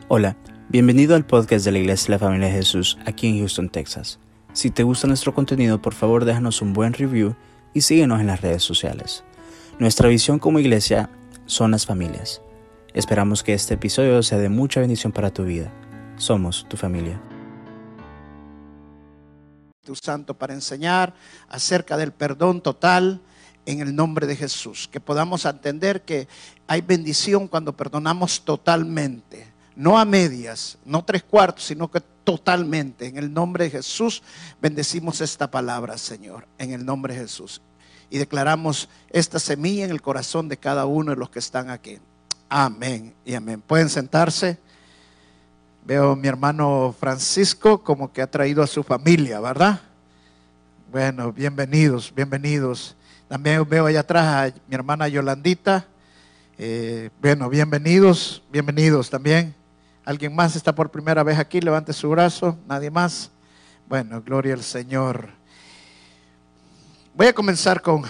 Hola, bienvenido al podcast de la Iglesia de la Familia de Jesús aquí en Houston, Texas. Si te gusta nuestro contenido, por favor déjanos un buen review y síguenos en las redes sociales. Nuestra visión como iglesia son las familias. Esperamos que este episodio sea de mucha bendición para tu vida. Somos tu familia. Tu Santo para enseñar acerca del perdón total en el nombre de Jesús. Que podamos entender que hay bendición cuando perdonamos totalmente. No a medias, no 3/4, sino que totalmente. En el nombre de Jesús bendecimos esta palabra, Señor, en el nombre de Jesús. Y declaramos esta semilla en el corazón de cada uno de los que están aquí. Amén y amén. Pueden sentarse. Veo a mi hermano Francisco como que ha traído a su familia, ¿verdad? Bueno, bienvenidos, bienvenidos. También veo allá atrás a mi hermana Yolandita. Bueno, bienvenidos, bienvenidos también. ¿Alguien más está por primera vez aquí? Levante su brazo. ¿Nadie más? Bueno, gloria al Señor. Voy a comenzar como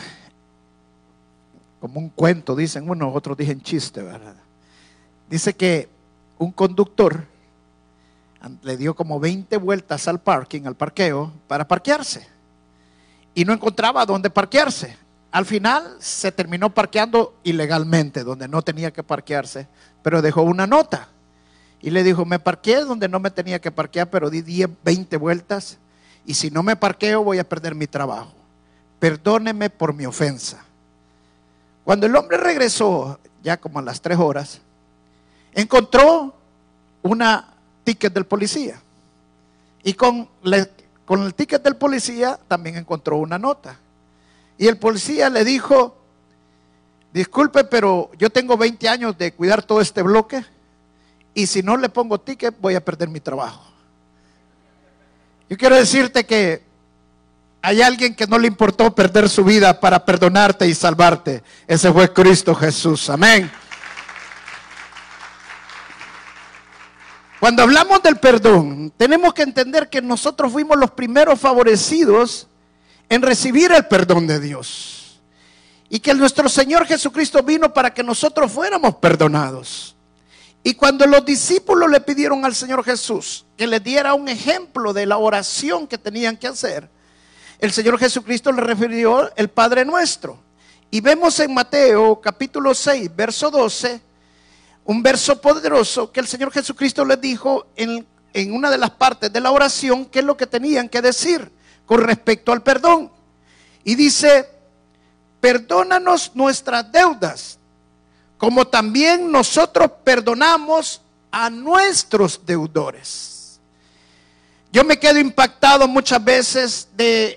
un cuento, dicen unos, otros dicen chiste, ¿verdad? Dice que un conductor le dio como 20 vueltas al parqueo, para parquearse. Y no encontraba dónde parquearse. Al final se terminó parqueando ilegalmente, donde no tenía que parquearse, pero dejó una nota. Y le dijo, me parqueé donde no me tenía que parquear, pero di 20 vueltas. Y si no me parqueo voy a perder mi trabajo. Perdóneme por mi ofensa. Cuando el hombre regresó, ya como a las 3 horas, encontró una ticket del policía. Y con el ticket del policía también encontró una nota. Y el policía le dijo, disculpe, pero yo tengo 20 años de cuidar todo este bloque. Y si no le pongo ticket voy a perder mi trabajo. Yo quiero decirte que hay alguien que no le importó perder su vida para perdonarte y salvarte. Ese fue Cristo Jesús. Amén. Cuando hablamos del perdón, tenemos que entender que nosotros fuimos los primeros favorecidos en recibir el perdón de Dios. Y que nuestro Señor Jesucristo vino para que nosotros fuéramos perdonados. Y cuando los discípulos le pidieron al Señor Jesús que les diera un ejemplo de la oración que tenían que hacer, el Señor Jesucristo le refirió el Padre Nuestro. Y vemos en Mateo capítulo 6, verso 12, un verso poderoso que el Señor Jesucristo les dijo en una de las partes de la oración, qué es lo que tenían que decir con respecto al perdón. Y dice, perdónanos nuestras deudas, como también nosotros perdonamos a nuestros deudores. Yo me quedo impactado muchas veces de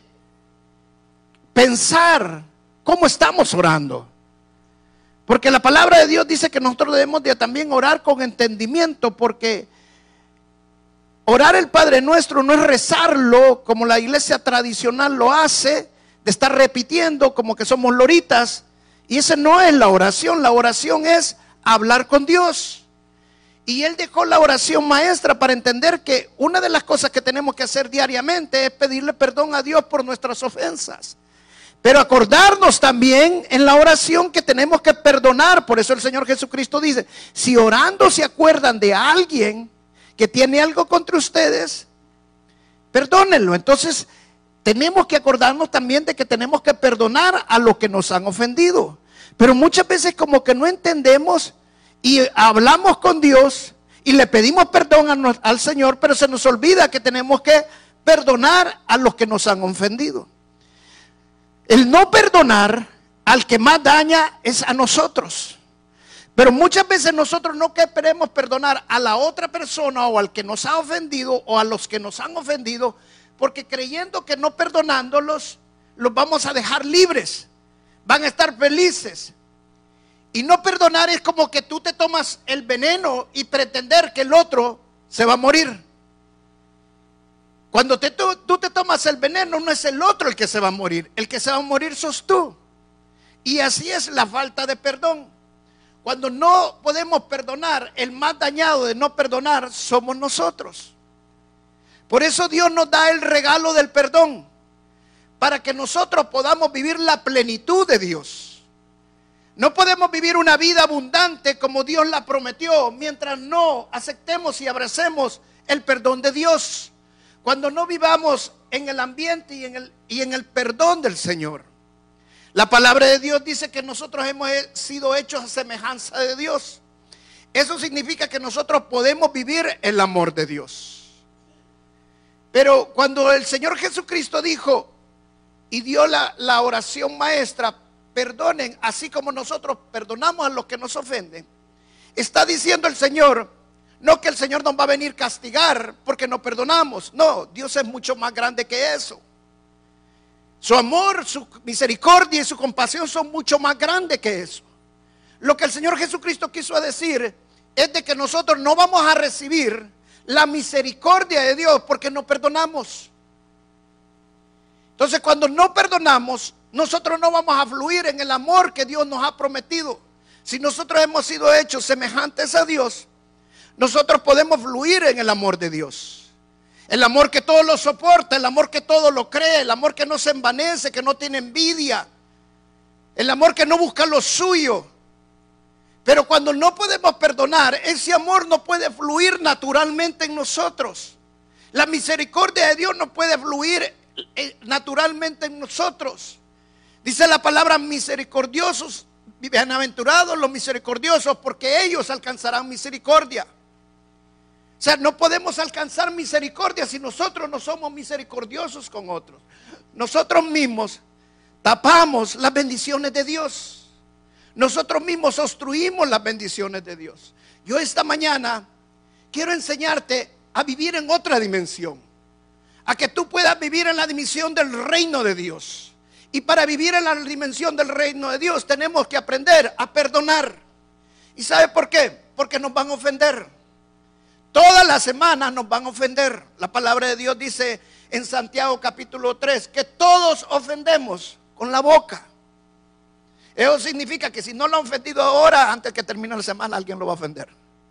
pensar cómo estamos orando. Porque la palabra de Dios dice que nosotros debemos de también orar con entendimiento, porque orar el Padre Nuestro no es rezarlo como la iglesia tradicional lo hace, de estar repitiendo como que somos loritas. Y esa no es la oración. La oración es hablar con Dios. Y Él dejó la oración maestra para entender que una de las cosas que tenemos que hacer diariamente es pedirle perdón a Dios por nuestras ofensas. Pero acordarnos también en la oración que tenemos que perdonar. Por eso el Señor Jesucristo dice, si orando se acuerdan de alguien que tiene algo contra ustedes, perdónenlo. Entonces tenemos que acordarnos también de que tenemos que perdonar a los que nos han ofendido. Pero muchas veces como que no entendemos y hablamos con Dios y le pedimos perdón al Señor, pero se nos olvida que tenemos que perdonar a los que nos han ofendido. El no perdonar al que más daña es a nosotros. Pero muchas veces nosotros no queremos perdonar a la otra persona o al que nos ha ofendido o a los que nos han ofendido, porque creyendo que no perdonándolos los vamos a dejar libres, van a estar felices. Y no perdonar es como que tú te tomas el veneno y pretender que el otro se va a morir. Cuando tú te tomas el veneno, no es el otro el que se va a morir, el que se va a morir sos tú. Y así es la falta de perdón. Cuando no podemos perdonar, el más dañado de no perdonar somos nosotros. Por eso Dios nos da el regalo del perdón, para que nosotros podamos vivir la plenitud de Dios. No podemos vivir una vida abundante como Dios la prometió mientras no aceptemos y abracemos el perdón de Dios. Cuando no vivamos en el ambiente y en el perdón del Señor. La palabra de Dios dice que nosotros hemos sido hechos a semejanza de Dios. Eso significa que nosotros podemos vivir el amor de Dios. Pero cuando el Señor Jesucristo dijo y dio la oración maestra, perdonen así como nosotros perdonamos a los que nos ofenden, está diciendo el Señor, no que el Señor nos va a venir a castigar porque no perdonamos. No, Dios es mucho más grande que eso. Su amor, su misericordia y su compasión son mucho más grandes que eso. Lo que el Señor Jesucristo quiso decir es de que nosotros no vamos a recibir la misericordia de Dios porque no perdonamos. Entonces, cuando no perdonamos, nosotros no vamos a fluir en el amor que Dios nos ha prometido. Si nosotros hemos sido hechos semejantes a Dios, nosotros podemos fluir en el amor de Dios. El amor que todo lo soporta, el amor que todo lo cree, el amor que no se envanece, que no tiene envidia, el amor que no busca lo suyo. Pero cuando no podemos perdonar, ese amor no puede fluir naturalmente en nosotros. La misericordia de Dios no puede fluir naturalmente en nosotros. Dice la palabra misericordiosos, bienaventurados los misericordiosos, porque ellos alcanzarán misericordia. O sea, no podemos alcanzar misericordia si nosotros no somos misericordiosos con otros. Nosotros mismos tapamos las bendiciones de Dios. Nosotros mismos obstruimos las bendiciones de Dios. Yo esta mañana quiero enseñarte a vivir en otra dimensión, a que tú puedas vivir en la dimensión del reino de Dios. Y para vivir en la dimensión del reino de Dios tenemos que aprender a perdonar. ¿Y sabe por qué? Porque nos van a ofender. Todas las semanas nos van a ofender. La palabra de Dios dice en Santiago capítulo 3 que todos ofendemos con la boca. Eso significa que si no lo han ofendido ahora, antes que termine la semana alguien lo va a ofender.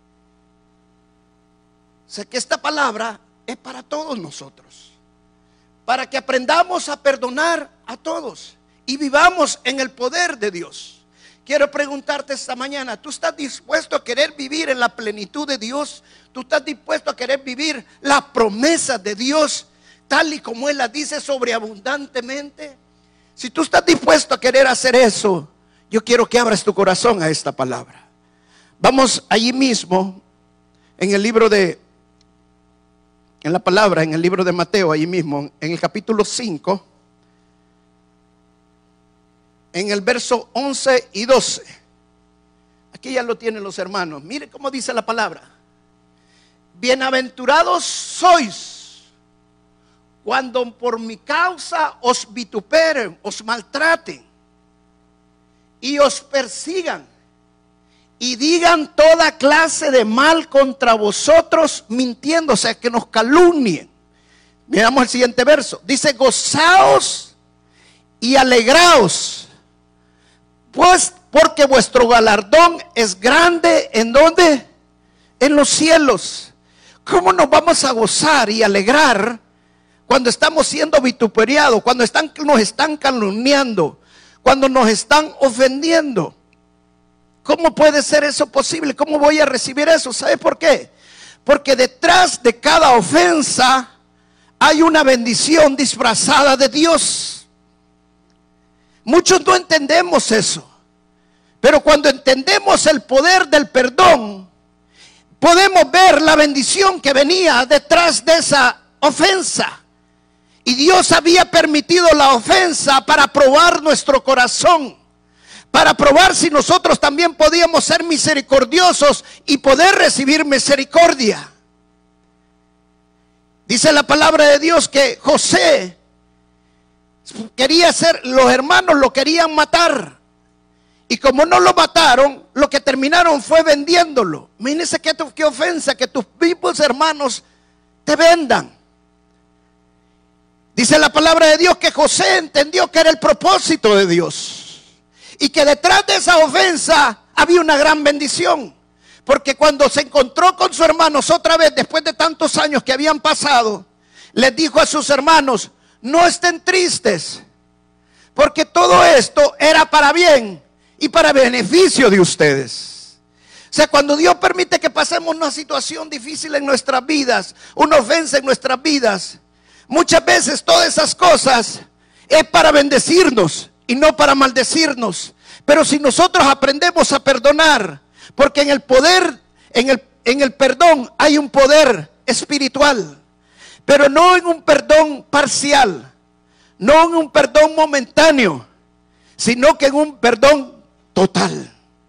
O sea que esta palabra es para todos nosotros, para que aprendamos a perdonar a todos y vivamos en el poder de Dios. Quiero preguntarte esta mañana, ¿tú estás dispuesto a querer vivir en la plenitud de Dios? ¿Tú estás dispuesto a querer vivir las promesas de Dios tal y como Él las dice sobreabundantemente? Si tú estás dispuesto a querer hacer eso, yo quiero que abras tu corazón a esta palabra. Vamos allí mismo en el libro de, en la palabra, en el libro de Mateo, allí mismo, en el capítulo 5, en el verso 11 y 12. Aquí ya lo tienen los hermanos. Mire cómo dice la palabra. Bienaventurados sois cuando por mi causa os vituperen, os maltraten y os persigan y digan toda clase de mal contra vosotros, mintiendo, o sea, que nos calumnien. Miramos el siguiente verso. Dice, gozaos y alegraos, pues porque vuestro galardón es grande. ¿En dónde? En los cielos. ¿Cómo nos vamos a gozar y alegrar cuando estamos siendo vituperiados, cuando nos están calumniando, cuando nos están ofendiendo? ¿Cómo puede ser eso posible? ¿Cómo voy a recibir eso? ¿Sabe por qué? Porque detrás de cada ofensa hay una bendición disfrazada de Dios. Muchos no entendemos eso, pero cuando entendemos el poder del perdón, podemos ver la bendición que venía detrás de esa ofensa. Y Dios había permitido la ofensa para probar nuestro corazón, para probar si nosotros también podíamos ser misericordiosos y poder recibir misericordia. Dice la palabra de Dios que José quería ser, los hermanos lo querían matar, y como no lo mataron, lo que terminaron fue vendiéndolo. Imagínense qué ofensa que tus mismos hermanos te vendan. Dice la palabra de Dios que José entendió que era el propósito de Dios y que detrás de esa ofensa había una gran bendición, porque cuando se encontró con sus hermanos otra vez después de tantos años que habían pasado, les dijo a sus hermanos: no estén tristes, porque todo esto era para bien. y para beneficio de ustedes. O sea, cuando Dios permite que pasemos una situación difícil en nuestras vidas, una ofensa en nuestras vidas, muchas veces todas esas cosas es para bendecirnos y no para maldecirnos. Pero si nosotros aprendemos a perdonar, porque en el poder, en el perdón hay un poder espiritual, pero no en un perdón parcial, no en un perdón momentáneo, sino que en un perdón total.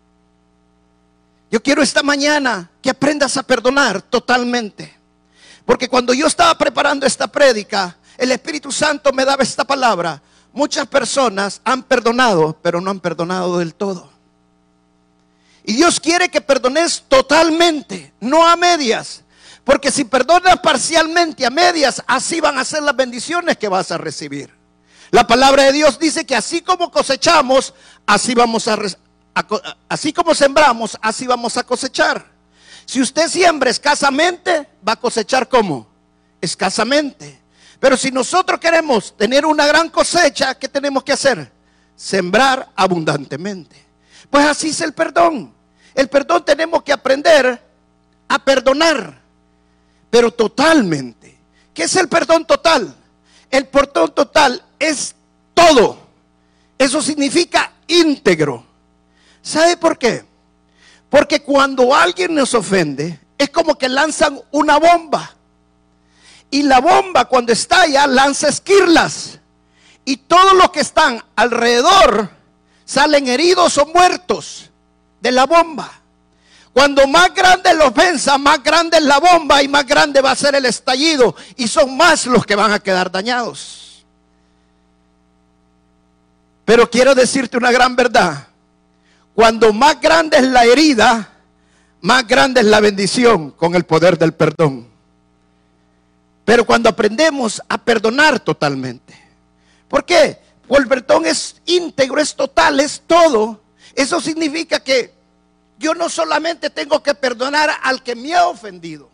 Yo quiero esta mañana que aprendas a perdonar totalmente, porque cuando yo estaba preparando esta prédica, el Espíritu Santo me daba esta palabra. Muchas personas han perdonado, pero no han perdonado del todo. Y Dios quiere que perdones totalmente, no a medias. Porque si perdonas parcialmente, a medias, así van a ser las bendiciones que vas a recibir. La palabra de Dios dice que así como cosechamos, así como sembramos, así vamos a cosechar. Si usted siembra escasamente, va a cosechar ¿cómo? Escasamente. Pero si nosotros queremos tener una gran cosecha, ¿qué tenemos que hacer? Sembrar abundantemente. Pues así es el perdón. El perdón tenemos que aprender a perdonar, pero totalmente. ¿Qué es el perdón total? El perdón total es todo. Eso significa íntegro. ¿Sabe por qué? Porque cuando alguien nos ofende, es como que lanzan una bomba. Y la bomba cuando estalla lanza esquirlas. Y todos los que están alrededor salen heridos o muertos de la bomba. Cuando más grande la ofensa, más grande es la bomba y más grande va a ser el estallido. Y son más los que van a quedar dañados. Pero quiero decirte una gran verdad. Cuando más grande es la herida, más grande es la bendición con el poder del perdón. Pero cuando aprendemos a perdonar totalmente. ¿Por qué? Porque el perdón es íntegro, es total, es todo. Eso significa que yo no solamente tengo que perdonar al que me ha ofendido.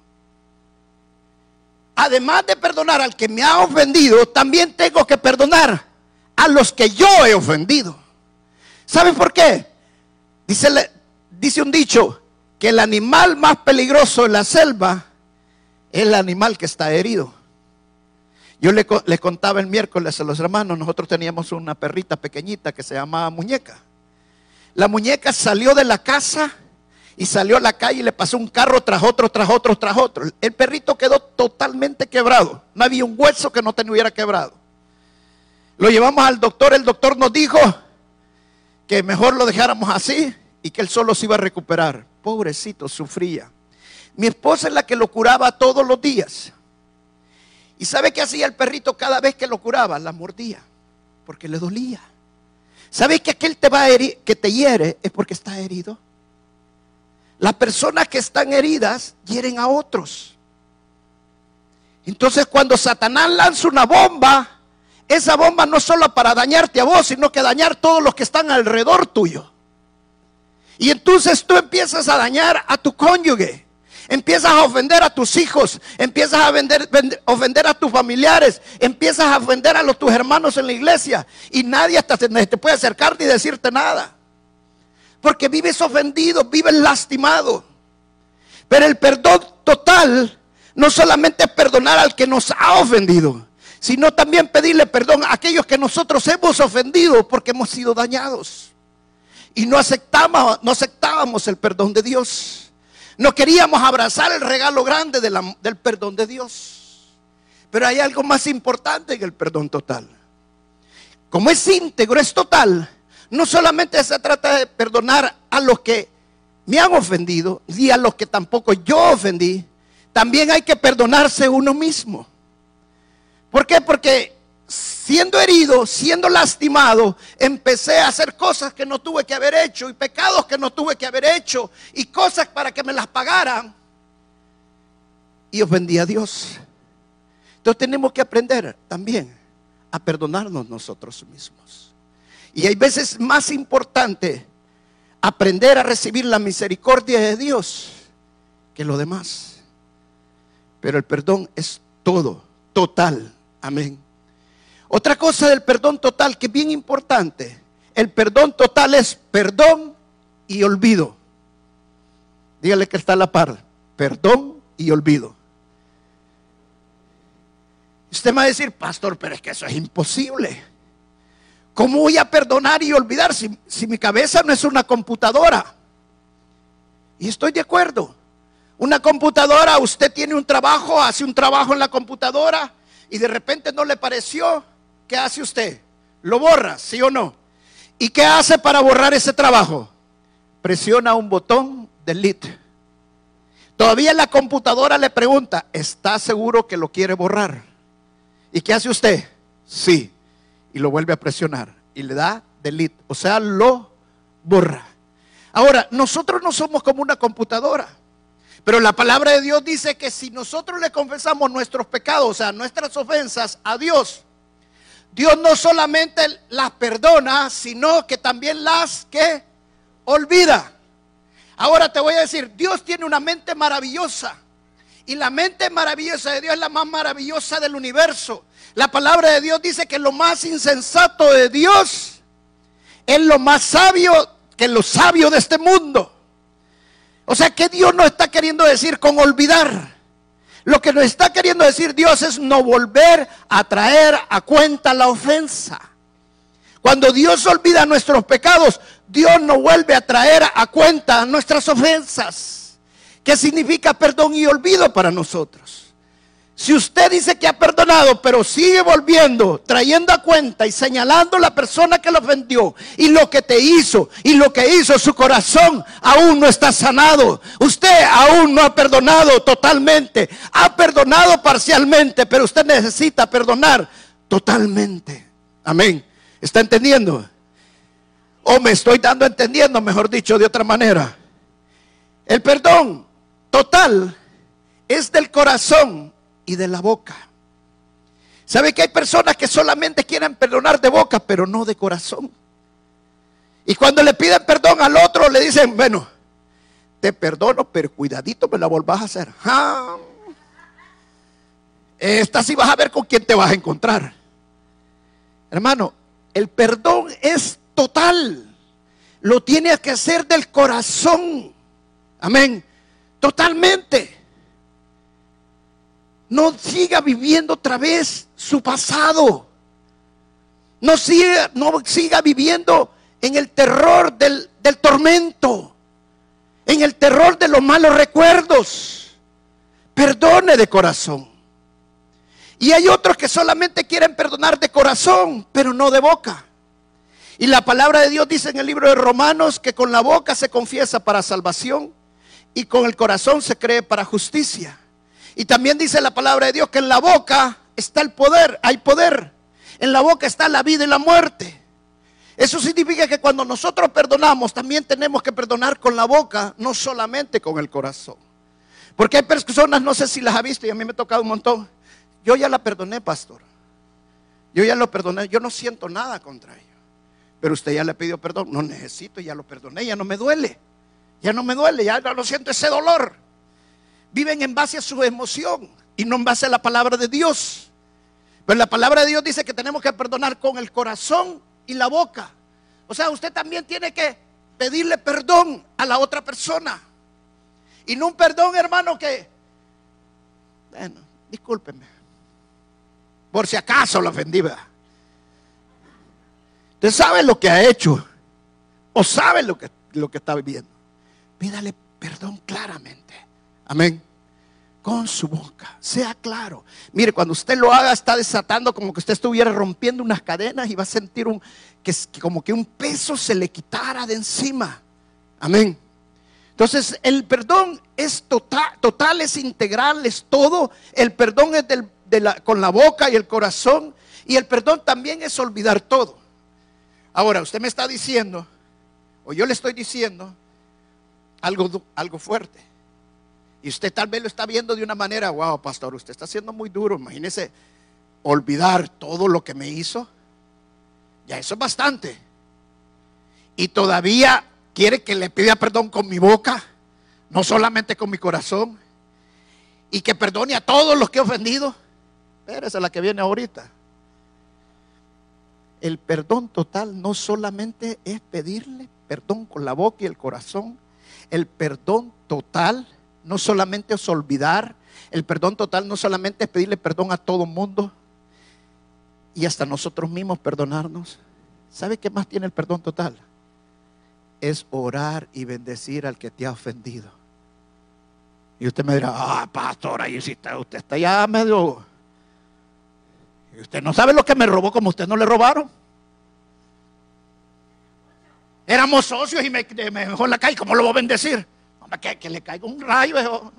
Además de perdonar al que me ha ofendido, también tengo que perdonar a los que yo he ofendido. ¿Saben por qué? Dice un dicho que el animal más peligroso en la selva es el animal que está herido. Yo les contaba el miércoles a los hermanos, nosotros teníamos una perrita pequeñita que se llamaba Muñeca. La Muñeca salió de la casa y salió a la calle y le pasó un carro tras otro, tras otro, tras otro. El perrito quedó totalmente quebrado. No había un hueso que no tuviera quebrado. Lo llevamos al doctor, el doctor nos dijo que mejor lo dejáramos así y que él solo se iba a recuperar. Pobrecito, sufría. Mi esposa es la que lo curaba todos los días. ¿Y sabe qué hacía el perrito cada vez que lo curaba? La mordía, porque le dolía. ¿Sabe que aquel que te hiere es porque está herido? Las personas que están heridas hieren a otros. Entonces cuando Satanás lanza una bomba, esa bomba no es solo para dañarte a vos, sino que dañar a todos los que están alrededor tuyo. Y entonces tú empiezas a dañar a tu cónyuge. Empiezas a ofender a tus hijos, empiezas a ofender a tus familiares, empiezas a ofender a tus hermanos en la iglesia y nadie hasta te puede acercar ni decirte nada. Porque vives ofendido, vives lastimado. Pero el perdón total no solamente es perdonar al que nos ha ofendido, sino también pedirle perdón a aquellos que nosotros hemos ofendido porque hemos sido dañados. Y no aceptábamos el perdón de Dios. No queríamos abrazar el regalo grande del perdón de Dios. Pero hay algo más importante que el perdón total. Como es íntegro, es total, no solamente se trata de perdonar a los que me han ofendido, ni a los que tampoco yo ofendí. También hay que perdonarse uno mismo. ¿Por qué? Porque siendo herido, siendo lastimado, empecé a hacer cosas que no tuve que haber hecho y pecados que no tuve que haber hecho y cosas para que me las pagaran y ofendí a Dios. Entonces tenemos que aprender también a perdonarnos nosotros mismos. Y hay veces más importante aprender a recibir la misericordia de Dios que lo demás. Pero el perdón es todo, total. Amén. Otra cosa del perdón total que es bien importante El perdón total es perdón y olvido. Dígale que está a la par. Perdón y olvido. Usted me va a decir, pastor, pero es que eso es imposible. ¿Cómo voy a perdonar y olvidar si mi cabeza no es una computadora? Y estoy de acuerdo. Una computadora, usted tiene un trabajo, hace un trabajo en la computadora y de repente no le pareció. ¿Qué hace usted? Lo borra, ¿sí o no? ¿Y qué hace para borrar ese trabajo? Presiona un botón, delete. Todavía la computadora le pregunta, ¿está seguro que lo quiere borrar? ¿Y qué hace usted? Sí. Y lo vuelve a presionar y le da delete, o sea, lo borra. Ahora, nosotros no somos como una computadora, pero la palabra de Dios dice que si nosotros le confesamos nuestros pecados, o sea, nuestras ofensas a Dios, Dios no solamente las perdona, sino que también las que olvida. Ahora te voy a decir, Dios tiene una mente maravillosa. Y la mente maravillosa de Dios es la más maravillosa del universo. La palabra de Dios dice que lo más insensato de Dios es lo más sabio que lo sabio de este mundo. O sea que Dios no está queriendo decir con olvidar. Lo que nos está queriendo decir Dios es no volver a traer a cuenta la ofensa. Cuando Dios olvida nuestros pecados, Dios no vuelve a traer a cuenta nuestras ofensas. ¿Qué significa perdón y olvido para nosotros? Si usted dice que ha perdonado, pero sigue volviendo, trayendo a cuenta y señalando a la persona que lo ofendió y lo que te hizo y lo que hizo, su corazón aún no está sanado. Usted aún no ha perdonado totalmente, ha perdonado parcialmente, pero usted necesita perdonar totalmente. Amén. ¿Está entendiendo? O me estoy dando entendiendo, mejor dicho, de otra manera. El perdón total es del corazón y de la boca. ¿Sabe que hay personas que solamente quieren perdonar de boca, pero no de corazón? Y cuando le piden perdón al otro, le dicen, bueno, te perdono, pero cuidadito me la volvás a hacer. Esta sí vas a ver con quién te vas a encontrar. Hermano, el perdón es total. Lo tiene que hacer del corazón. Amén. Totalmente. No siga viviendo otra vez su pasado. No siga viviendo en el terror del tormento, en el terror de los malos recuerdos. Perdone de corazón. Y hay otros que solamente quieren perdonar de corazón, pero no de boca. Y la palabra de Dios dice en el libro de Romanos que con la boca se confiesa para salvación y con el corazón se cree para justicia. Y también dice la palabra de Dios que en la boca está el poder, hay poder. En la boca está la vida y la muerte. Eso significa que cuando nosotros perdonamos, también tenemos que perdonar con la boca, no solamente con el corazón. Porque hay personas, no sé si las ha visto y a mí me ha tocado un montón. Yo ya la perdoné, pastor. Yo ya lo perdoné, yo no siento nada contra ellos. Pero usted ya le pidió perdón. No necesito, ya lo perdoné, ya no me duele. Ya no me duele, ya no siento ese dolor. Viven en base a su emoción y no en base a la palabra de Dios. Pero la palabra de Dios dice que tenemos que perdonar con el corazón y la boca. O sea, usted también tiene que pedirle perdón a la otra persona. Y no un perdón, hermano, que, bueno, discúlpeme, por si acaso lo ofendí, ¿verdad? Usted sabe lo que ha hecho o sabe lo que está viviendo. Pídale perdón claramente. Amén. Con su boca, sea claro. Mire, cuando usted lo haga, está desatando como que usted estuviera rompiendo unas cadenas y va a sentir que como que un peso se le quitara de encima. Amén. Entonces, el perdón es total, es integral, es todo. El perdón es con la boca y el corazón. Y el perdón también es olvidar todo. Ahora, usted me está diciendo, o yo le estoy diciendo algo fuerte. Y usted tal vez lo está viendo de una manera, wow, pastor, usted está siendo muy duro. Imagínese olvidar todo lo que me hizo. Ya eso es bastante. Y todavía quiere que le pida perdón con mi boca, no solamente con mi corazón. Y que perdone a todos los que he ofendido. Pero esa es la que viene ahorita. el perdón total no solamente es pedirle perdón con la boca y el corazón. El perdón total no solamente es olvidar. El perdón total no solamente es pedirle perdón a todo mundo y hasta nosotros mismos perdonarnos. ¿Sabe qué más tiene el perdón total? Es orar y bendecir al que te ha ofendido. Y usted me dirá, pastor, ahí sí está, usted está ya medio... Y usted no sabe lo que me robó como usted no le robaron. Éramos socios y me dejó en la calle, ¿cómo lo voy a bendecir? Hombre, que le caiga un rayo.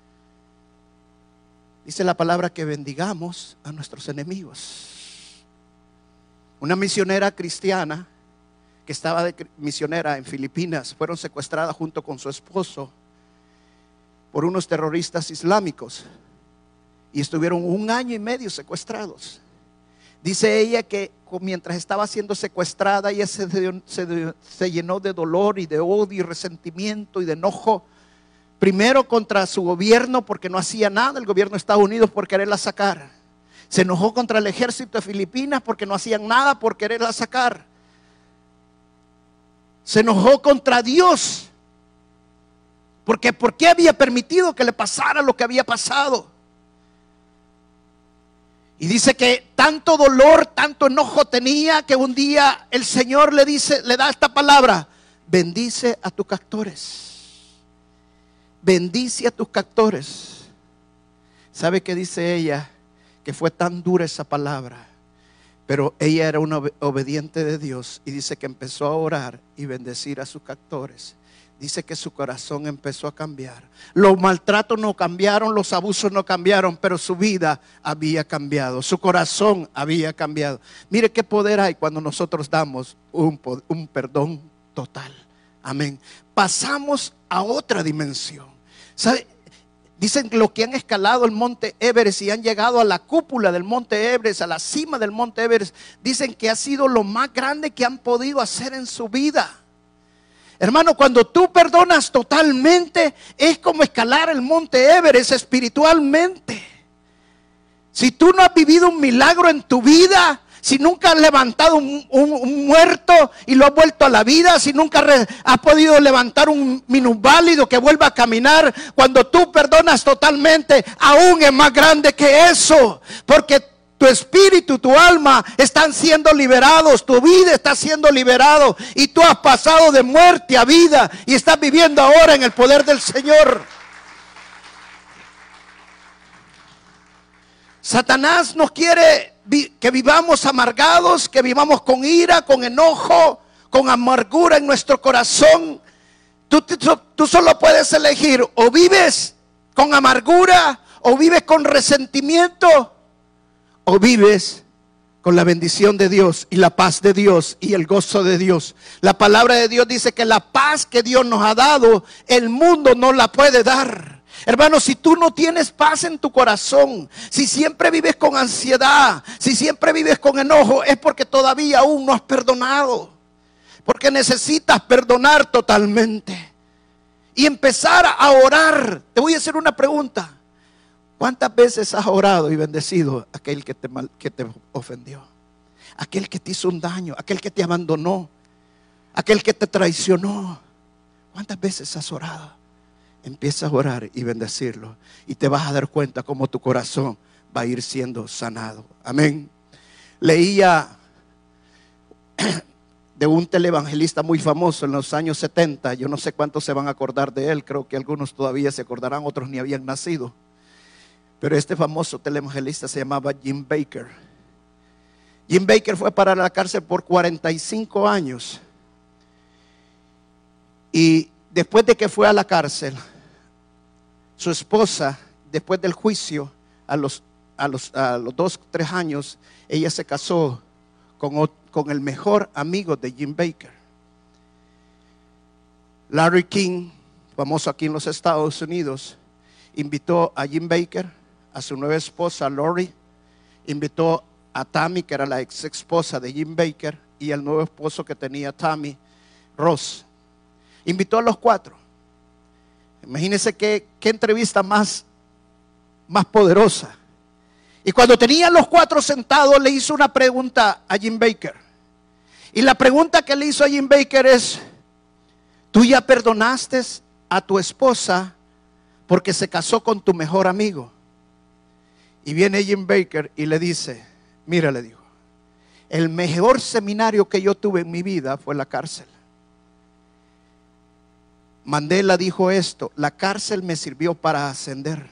Dice la palabra que bendigamos a nuestros enemigos. Una misionera cristiana que estaba de misionera en Filipinas, fueron secuestradas junto con su esposo por unos terroristas islámicos y estuvieron 1 año y medio secuestrados. Dice ella que mientras estaba siendo secuestrada, ella se llenó de dolor y de odio y resentimiento y de enojo. Primero contra su gobierno porque no hacía nada, el gobierno de Estados Unidos, por quererla sacar. Se enojó contra el ejército de Filipinas porque no hacían nada por quererla sacar. Se enojó contra Dios porque ¿por qué había permitido que le pasara lo que había pasado? Y dice que tanto dolor, tanto enojo tenía que un día el Señor le da esta palabra: bendice a tus captores. Bendice a tus captores. ¿Sabe qué dice ella? Que fue tan dura esa palabra, pero ella era una obediente de Dios y dice que empezó a orar y bendecir a sus captores. Dice que su corazón empezó a cambiar. Los maltratos no cambiaron, los abusos no cambiaron, pero su vida había cambiado, su corazón había cambiado. Mire qué poder hay cuando nosotros damos un perdón total. Amén. Pasamos a otra dimensión. ¿Sabe? Dicen que los que han escalado el monte Everest y han llegado a la cúpula del monte Everest, a la cima del monte Everest, dicen que ha sido lo más grande que han podido hacer en su vida. Hermano, cuando tú perdonas totalmente, es como escalar el monte Everest espiritualmente. Si tú no has vivido un milagro en tu vida, si nunca has levantado un muerto y lo has vuelto a la vida, si nunca has podido levantar un minusválido que vuelva a caminar, cuando tú perdonas totalmente, aún es más grande que eso, porque tu espíritu, tu alma están siendo liberados, tu vida está siendo liberado y tú has pasado de muerte a vida y estás viviendo ahora en el poder del Señor. Satanás nos quiere que vivamos amargados, que vivamos con ira, con enojo, con amargura en nuestro corazón. Tú solo puedes elegir: o vives con amargura, o vives con resentimiento, o vives con la bendición de Dios y la paz de Dios y el gozo de Dios. La palabra de Dios dice que la paz que Dios nos ha dado, el mundo no la puede dar. Hermano, si tú no tienes paz en tu corazón, si siempre vives con ansiedad, si siempre vives con enojo, es porque todavía aún no has perdonado. Porque necesitas perdonar totalmente y empezar a orar. Te voy a hacer una pregunta: ¿cuántas veces has orado y bendecido a aquel que te ofendió? Aquel que te hizo un daño, aquel que te abandonó, aquel que te traicionó. ¿Cuántas veces has orado? Empieza a orar y bendecirlo y te vas a dar cuenta cómo tu corazón va a ir siendo sanado. Amén. Leía de un televangelista muy famoso en los años 70. Yo no sé cuántos se van a acordar de él. Creo que algunos todavía se acordarán, otros ni habían nacido. Pero este famoso televangelista se llamaba Jim Bakker. Jim Bakker fue para la cárcel por 45 años. Y después de que fue a la cárcel, su esposa, después del juicio, a los 2-3 años, ella se casó con el mejor amigo de Jim Bakker. Larry King, famoso aquí en los Estados Unidos, invitó a Jim Bakker, a su nueva esposa Lori, invitó a Tammy, que era la ex esposa de Jim Bakker, y al nuevo esposo que tenía Tammy, Ross. Invitó a los 4. Imagínense qué entrevista más poderosa. Y cuando tenían los 4 sentados, le hizo una pregunta a Jim Bakker. Y la pregunta que le hizo a Jim Bakker es: ¿tú ya perdonaste a tu esposa porque se casó con tu mejor amigo? Y viene Jim Bakker y le dice: mira, le dijo, el mejor seminario que yo tuve en mi vida fue la cárcel. Mandela dijo esto: la cárcel me sirvió para ascender.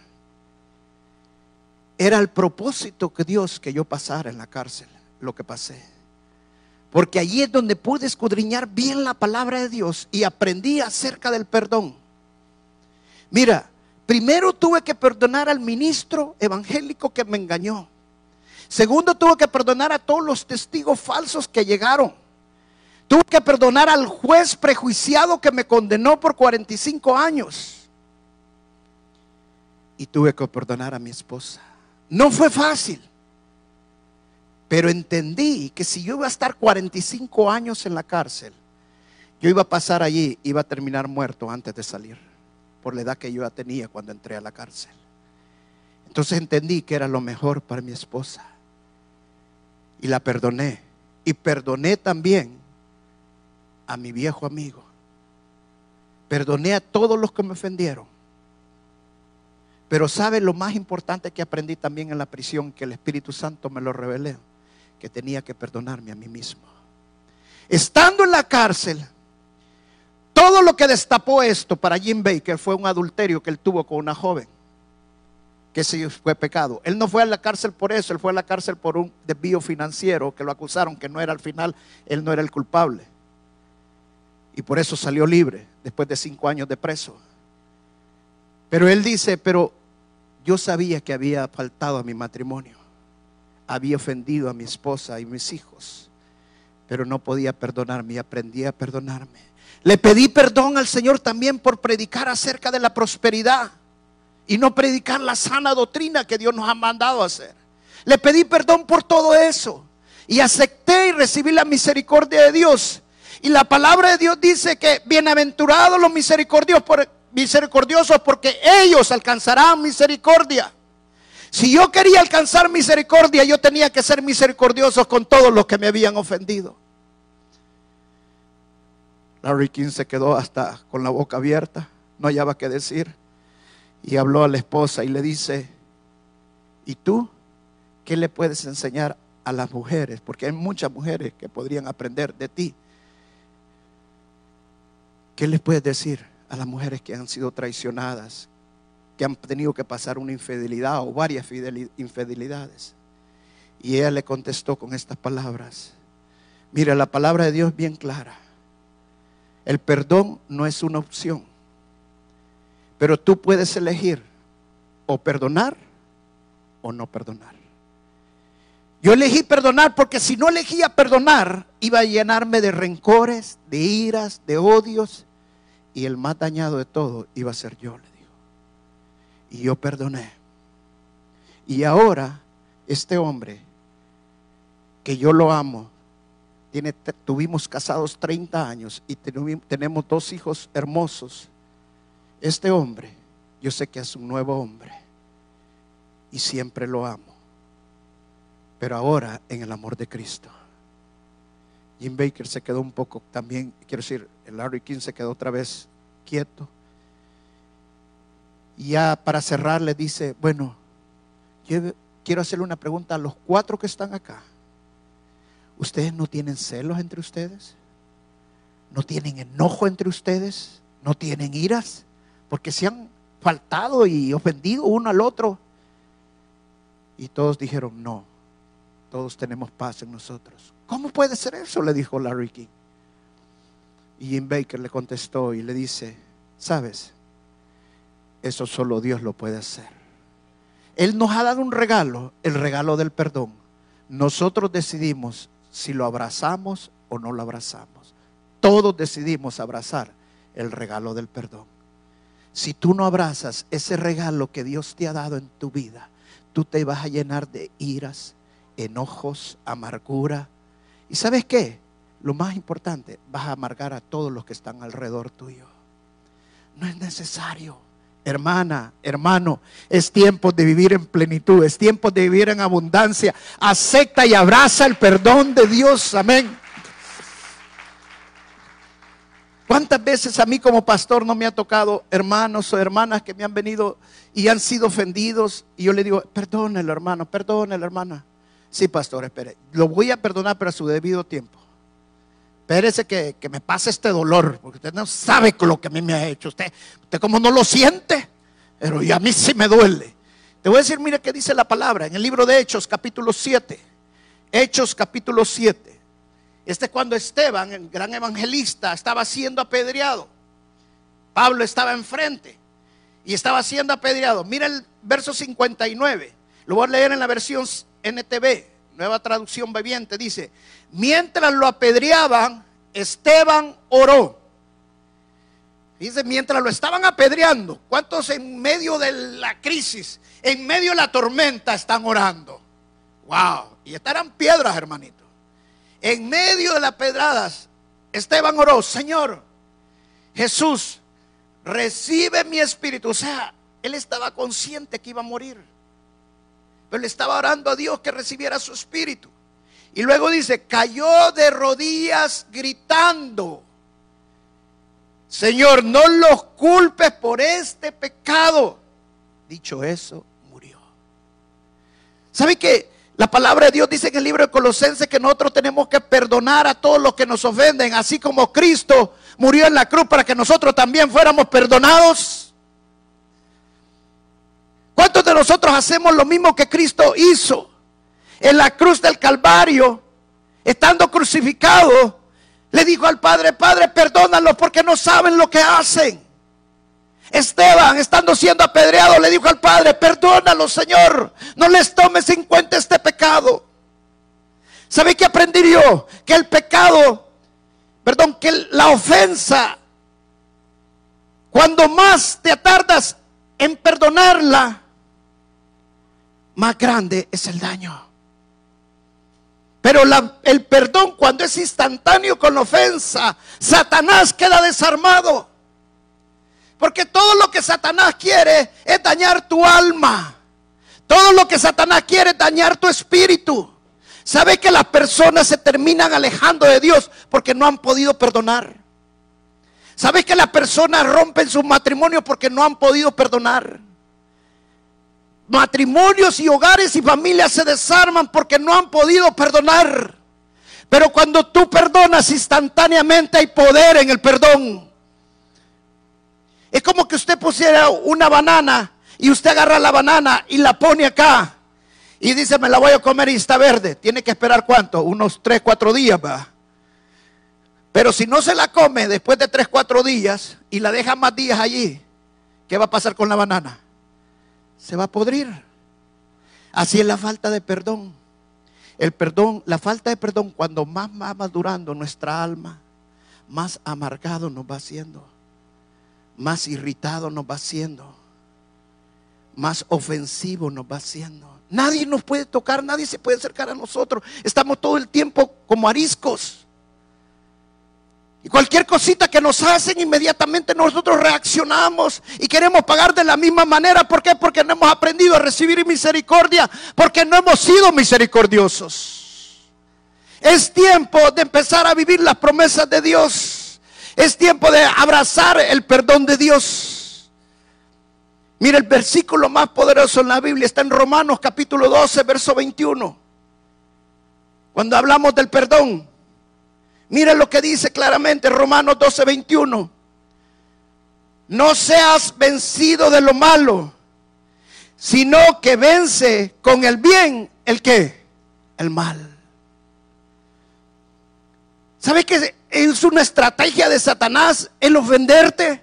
Era el propósito que Dios que yo pasara en la cárcel, lo que pasé. Porque allí es donde pude escudriñar bien la palabra de Dios y aprendí acerca del perdón. Mira, primero tuve que perdonar al ministro evangélico que me engañó. Segundo, tuve que perdonar a todos los testigos falsos que llegaron. Tuve que perdonar al juez prejuiciado que me condenó por 45 años. Y tuve que perdonar a mi esposa. No fue fácil, pero entendí que si yo iba a estar 45 años en la cárcel, yo iba a pasar allí, iba a terminar muerto antes de salir, por la edad que yo ya tenía cuando entré a la cárcel. Entonces entendí que era lo mejor para mi esposa y la perdoné. Y perdoné también a mi viejo amigo. Perdoné a todos los que me ofendieron. Pero ¿sabe lo más importante que aprendí también en la prisión? Que el Espíritu Santo me lo reveló, que tenía que perdonarme a mí mismo. Estando en la cárcel, todo lo que destapó esto para Jim Bakker fue un adulterio que él tuvo con una joven, que sí fue pecado. Él no fue a la cárcel por eso, él fue a la cárcel por un desvío financiero que lo acusaron, que no era al final, él no era el culpable. Y por eso salió libre después de 5 años de preso. Pero él dice: pero yo sabía que había faltado a mi matrimonio, había ofendido a mi esposa y mis hijos, pero no podía perdonarme y aprendí a perdonarme. Le pedí perdón al Señor también por predicar acerca de la prosperidad y no predicar la sana doctrina que Dios nos ha mandado a hacer. Le pedí perdón por todo eso y acepté y recibí la misericordia de Dios. Y la palabra de Dios dice que bienaventurados los misericordiosos, porque ellos alcanzarán misericordia. Si yo quería alcanzar misericordia, yo tenía que ser misericordioso con todos los que me habían ofendido. Larry King se quedó hasta con la boca abierta, no hallaba qué decir, y habló a la esposa y le dice: ¿y tú qué le puedes enseñar a las mujeres? Porque hay muchas mujeres que podrían aprender de ti. ¿Qué les puedes decir a las mujeres que han sido traicionadas, que han tenido que pasar una infidelidad o varias infidelidades? Y ella le contestó con estas palabras. Mira, la palabra de Dios es bien clara. El perdón no es una opción, pero tú puedes elegir o perdonar o no perdonar. Yo elegí perdonar porque si no elegía perdonar, iba a llenarme de rencores, de iras, de odios, y el más dañado de todo iba a ser yo, le digo. Y yo perdoné. Y ahora este hombre, que yo lo amo, tuvimos casados 30 años y tenemos 2 hijos hermosos. Este hombre, yo sé que es un nuevo hombre y siempre lo amo, pero ahora en el amor de Cristo. Jim Bakker se quedó un poco también, quiero decir, el Larry King se quedó otra vez quieto. Y ya para cerrar le dice: bueno, yo quiero hacerle una pregunta a los 4 que están acá. ¿Ustedes no tienen celos entre ustedes? ¿No tienen enojo entre ustedes? ¿No tienen iras? Porque se han faltado y ofendido uno al otro. Y todos dijeron: no, todos tenemos paz en nosotros. ¿Cómo puede ser eso?, le dijo Larry King. Y Jim Bakker le contestó y le dice: ¿sabes? Eso solo Dios lo puede hacer. Él nos ha dado un regalo, el regalo del perdón. Nosotros decidimos si lo abrazamos o no lo abrazamos. Todos decidimos abrazar el regalo del perdón. Si tú no abrazas ese regalo que Dios te ha dado en tu vida, tú te vas a llenar de iras, enojos, amargura. ¿Y sabes qué? Lo más importante, vas a amargar a todos los que están alrededor tuyo. No es necesario. Hermana, hermano, es tiempo de vivir en plenitud, es tiempo de vivir en abundancia. Acepta y abraza el perdón de Dios, amén. ¿Cuántas veces a mí como pastor no me ha tocado hermanos o hermanas que me han venido y han sido ofendidos? Y yo le digo, perdónelo hermano, perdónelo hermana. Sí, pastor, espere, lo voy a perdonar pero a su debido tiempo. Espérese que me pase este dolor, porque usted no sabe con lo que a mí me ha hecho. Usted como no lo siente, pero a mí sí me duele. Te voy a decir, mira qué dice la palabra en el libro de Hechos capítulo 7. Hechos capítulo 7. Este es cuando Esteban, el gran evangelista, estaba siendo apedreado. Pablo estaba enfrente y estaba siendo apedreado. Mira el verso 59. Lo voy a leer en la versión NTV, Nueva Traducción Viviente. Dice: mientras lo apedreaban, Esteban oró. Dice, mientras lo estaban apedreando. ¿Cuántos en medio de la crisis, en medio de la tormenta están orando? Wow, y estarán piedras, hermanito. En medio de las pedradas, Esteban oró: Señor Jesús, recibe mi espíritu. O sea, él estaba consciente que iba a morir, pero le estaba orando a Dios que recibiera su espíritu. Y luego dice, cayó de rodillas gritando: Señor, no los culpes por este pecado. Dicho eso, murió. ¿Sabe qué? La palabra de Dios dice en el libro de Colosenses que nosotros tenemos que perdonar a todos los que nos ofenden, así como Cristo murió en la cruz para que nosotros también fuéramos perdonados. ¿Cuántos de nosotros hacemos lo mismo que Cristo hizo en la cruz del Calvario? Estando crucificado, le dijo al Padre: Padre, perdónalos porque no saben lo que hacen. Esteban, estando siendo apedreado, le dijo al Padre: perdónalos, Señor, no les tomes en cuenta este pecado. ¿Sabe qué aprendí yo? Que el pecado, que la ofensa, cuando más te tardas en perdonarla, más grande es el daño. Pero el perdón, cuando es instantáneo con la ofensa, Satanás queda desarmado. Porque todo lo que Satanás quiere es dañar tu alma. Todo lo que Satanás quiere es dañar tu espíritu. ¿Sabe que las personas se terminan alejando de Dios porque no han podido perdonar? ¿Sabe que las personas rompen sus matrimonios porque no han podido perdonar? Matrimonios y hogares y familias se desarman porque no han podido perdonar. Pero cuando tú perdonas, instantáneamente hay poder en el perdón. Es como que usted pusiera una banana y usted agarra la banana y la pone acá y dice: me la voy a comer y está verde. Tiene que esperar ¿cuánto? Unos 3-4 días, ¿va? Pero si no se la come después de 3-4 días y la deja más días allí, ¿qué va a pasar con la banana? Se va a podrir. Así es la falta de perdón. El perdón, la falta de perdón, cuando más va madurando nuestra alma, más amargado nos va haciendo, más irritado nos va haciendo, más ofensivo nos va haciendo. Nadie nos puede tocar, nadie se puede acercar a nosotros. Estamos todo el tiempo como ariscos. Y cualquier cosita que nos hacen, inmediatamente nosotros reaccionamos y queremos pagar de la misma manera. ¿Por qué? Porque no hemos aprendido a recibir misericordia, porque no hemos sido misericordiosos. Es tiempo de empezar a vivir las promesas de Dios. Es tiempo de abrazar el perdón de Dios. Mira, el versículo más poderoso en la Biblia está en Romanos capítulo 12, verso 21. Cuando hablamos del perdón, mira lo que dice claramente Romanos 12, 21. No seas vencido de lo malo, sino que vence con el bien, ¿el qué? El mal. ¿Sabes qué es una estrategia de Satanás el ofenderte?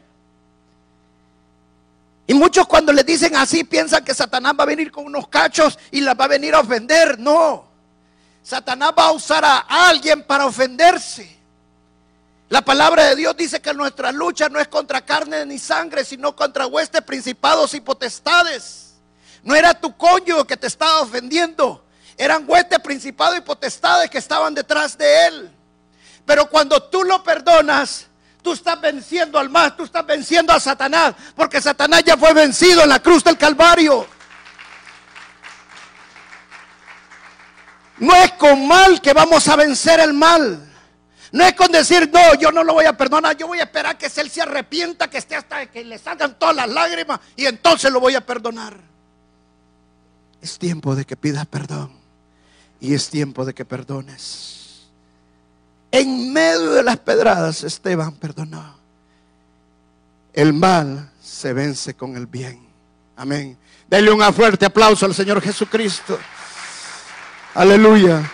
Y muchos cuando les dicen así piensan que Satanás va a venir con unos cachos y las va a venir a ofender. No, Satanás va a usar a alguien para ofenderse. La palabra de Dios dice que nuestra lucha no es contra carne ni sangre, sino contra huestes, principados y potestades. No era tu cónyuge que te estaba ofendiendo, eran huestes, principados y potestades que estaban detrás de él. Pero cuando tú lo perdonas, tú estás venciendo al mal, tú estás venciendo a Satanás, porque Satanás ya fue vencido en la cruz del Calvario. No es con mal que vamos a vencer el mal. No es con decir, no, yo no lo voy a perdonar, yo voy a esperar que él se arrepienta, que esté hasta que le salgan todas las lágrimas y entonces lo voy a perdonar. Es tiempo de que pidas perdón y es tiempo de que perdones. En medio de las pedradas, Esteban perdonó. El mal se vence con el bien. Amén. Denle un fuerte aplauso al Señor Jesucristo. Aleluya.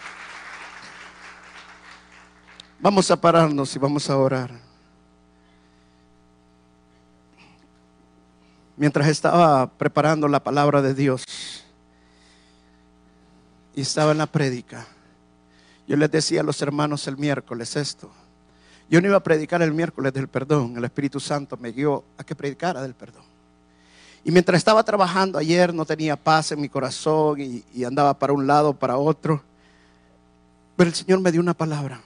Vamos a pararnos y vamos a orar. Mientras estaba preparando la palabra de Dios y estaba en la prédica, yo les decía a los hermanos el miércoles esto. Yo no iba a predicar el miércoles del perdón. El Espíritu Santo me guió a que predicara del perdón. Y mientras estaba trabajando ayer no tenía paz en mi corazón y andaba para un lado, para otro. Pero el Señor me dio una palabra.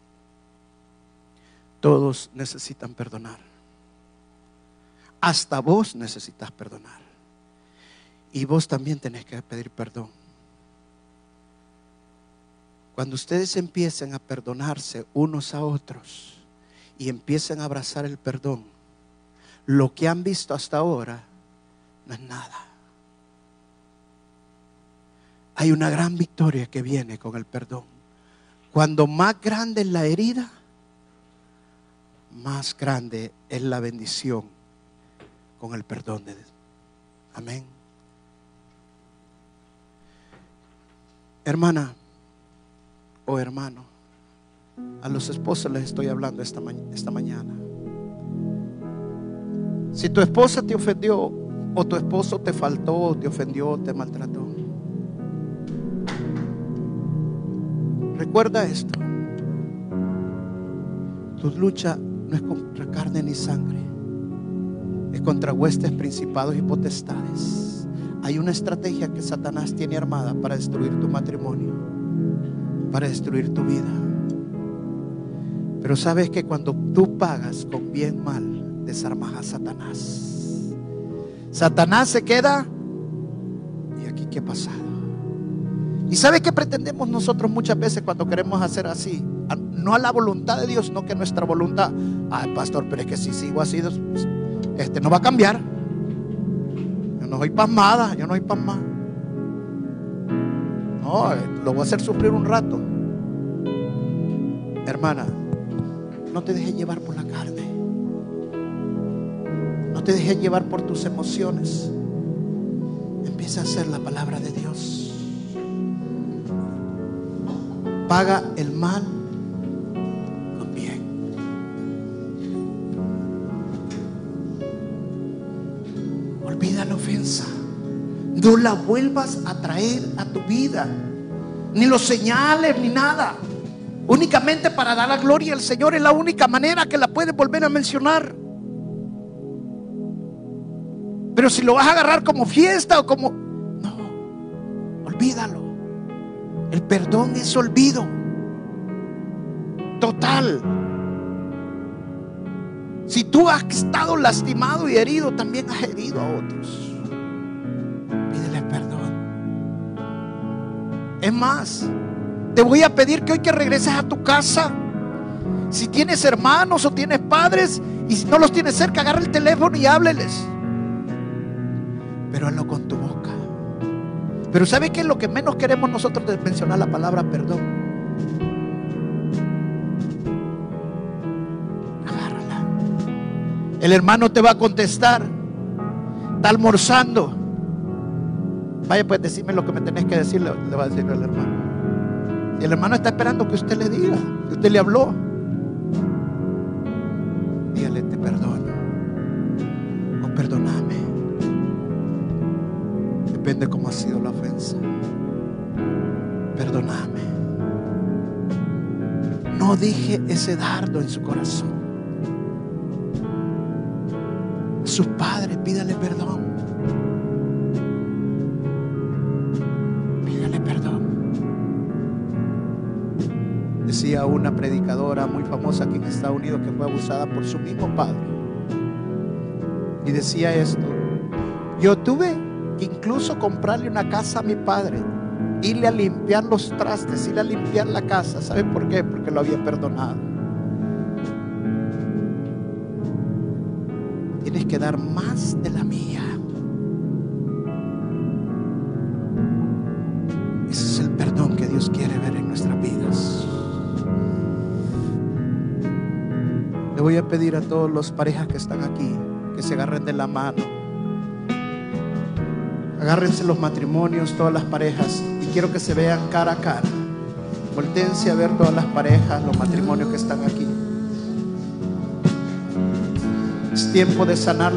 Todos necesitan perdonar. Hasta vos necesitas perdonar. Y vos también tenés que pedir perdón. Cuando ustedes empiecen a perdonarse unos a otros y empiecen a abrazar el perdón, lo que han visto hasta ahora no es nada. Hay una gran victoria que viene con el perdón. Cuando más grande es la herida, más grande es la bendición con el perdón de Dios. Amén. Hermana o hermano, a los esposos les estoy hablando esta mañana. Si tu esposa te ofendió, o tu esposo te faltó, te ofendió, te maltrató, recuerda esto: tu lucha no es contra carne ni sangre, es contra huestes, principados y potestades. Hay una estrategia que Satanás tiene armada para destruir tu matrimonio, para destruir tu vida. Pero sabes que cuando tú pagas con bien mal, desarmas a Satanás. Satanás se queda, ¿y aquí qué ha pasado? ¿Y sabes qué pretendemos nosotros muchas veces cuando queremos hacer así? No a la voluntad de Dios, no que nuestra voluntad. Ay, pastor, pero es que si sigo así, no va a cambiar. Yo no soy pasmada, yo no soy pasmada. No, lo voy a hacer sufrir un rato. Hermana, no te dejes llevar por la carne. No te dejes llevar por tus emociones. Empieza a hacer la palabra de Dios. Paga el mal con bien. Olvida la ofensa. No la vuelvas a traer a tu vida, ni los señales, ni nada. Únicamente para dar la gloria al Señor es la única manera que la puedes volver a mencionar. Pero si lo vas a agarrar como fiesta o como... No, olvídalo. El perdón es olvido total. Si tú has estado lastimado y herido, también has herido a otros. Pídele perdón. Es más, te voy a pedir que hoy que regreses a tu casa, si tienes hermanos o tienes padres y si no los tienes cerca, agarra el teléfono y hábleles. Pero hazlo con tu boca. Pero ¿sabe qué es lo que menos queremos nosotros de mencionar la palabra perdón? Agárrala. El hermano te va a contestar. Está almorzando. Vaya, pues decime lo que me tenés que decir, le va a decir al hermano. Y el hermano está esperando que usted le diga, que usted le habló. Dígale, te perdono o perdóname. Depende cómo ha sido la ofensa. Perdóname. No dije ese dardo en su corazón. A sus padres pídale perdón. Pídale perdón. Decía una predicadora muy famosa aquí en Estados Unidos que fue abusada por su mismo padre. Y decía esto: yo tuve que incluso comprarle una casa a mi padre irle a limpiar los trastes, irle a limpiar la casa. ¿Sabe por qué? Porque lo había perdonado. Tienes que dar más de la mía. Ese es el perdón que Dios quiere ver en nuestras vidas. Le voy a pedir a todas las parejas que están aquí que se agarren de la mano. Agárrense los matrimonios, todas las parejas, y quiero que se vean cara a cara. Voltéense a ver todas las parejas, los matrimonios que están aquí. Es tiempo de sanar.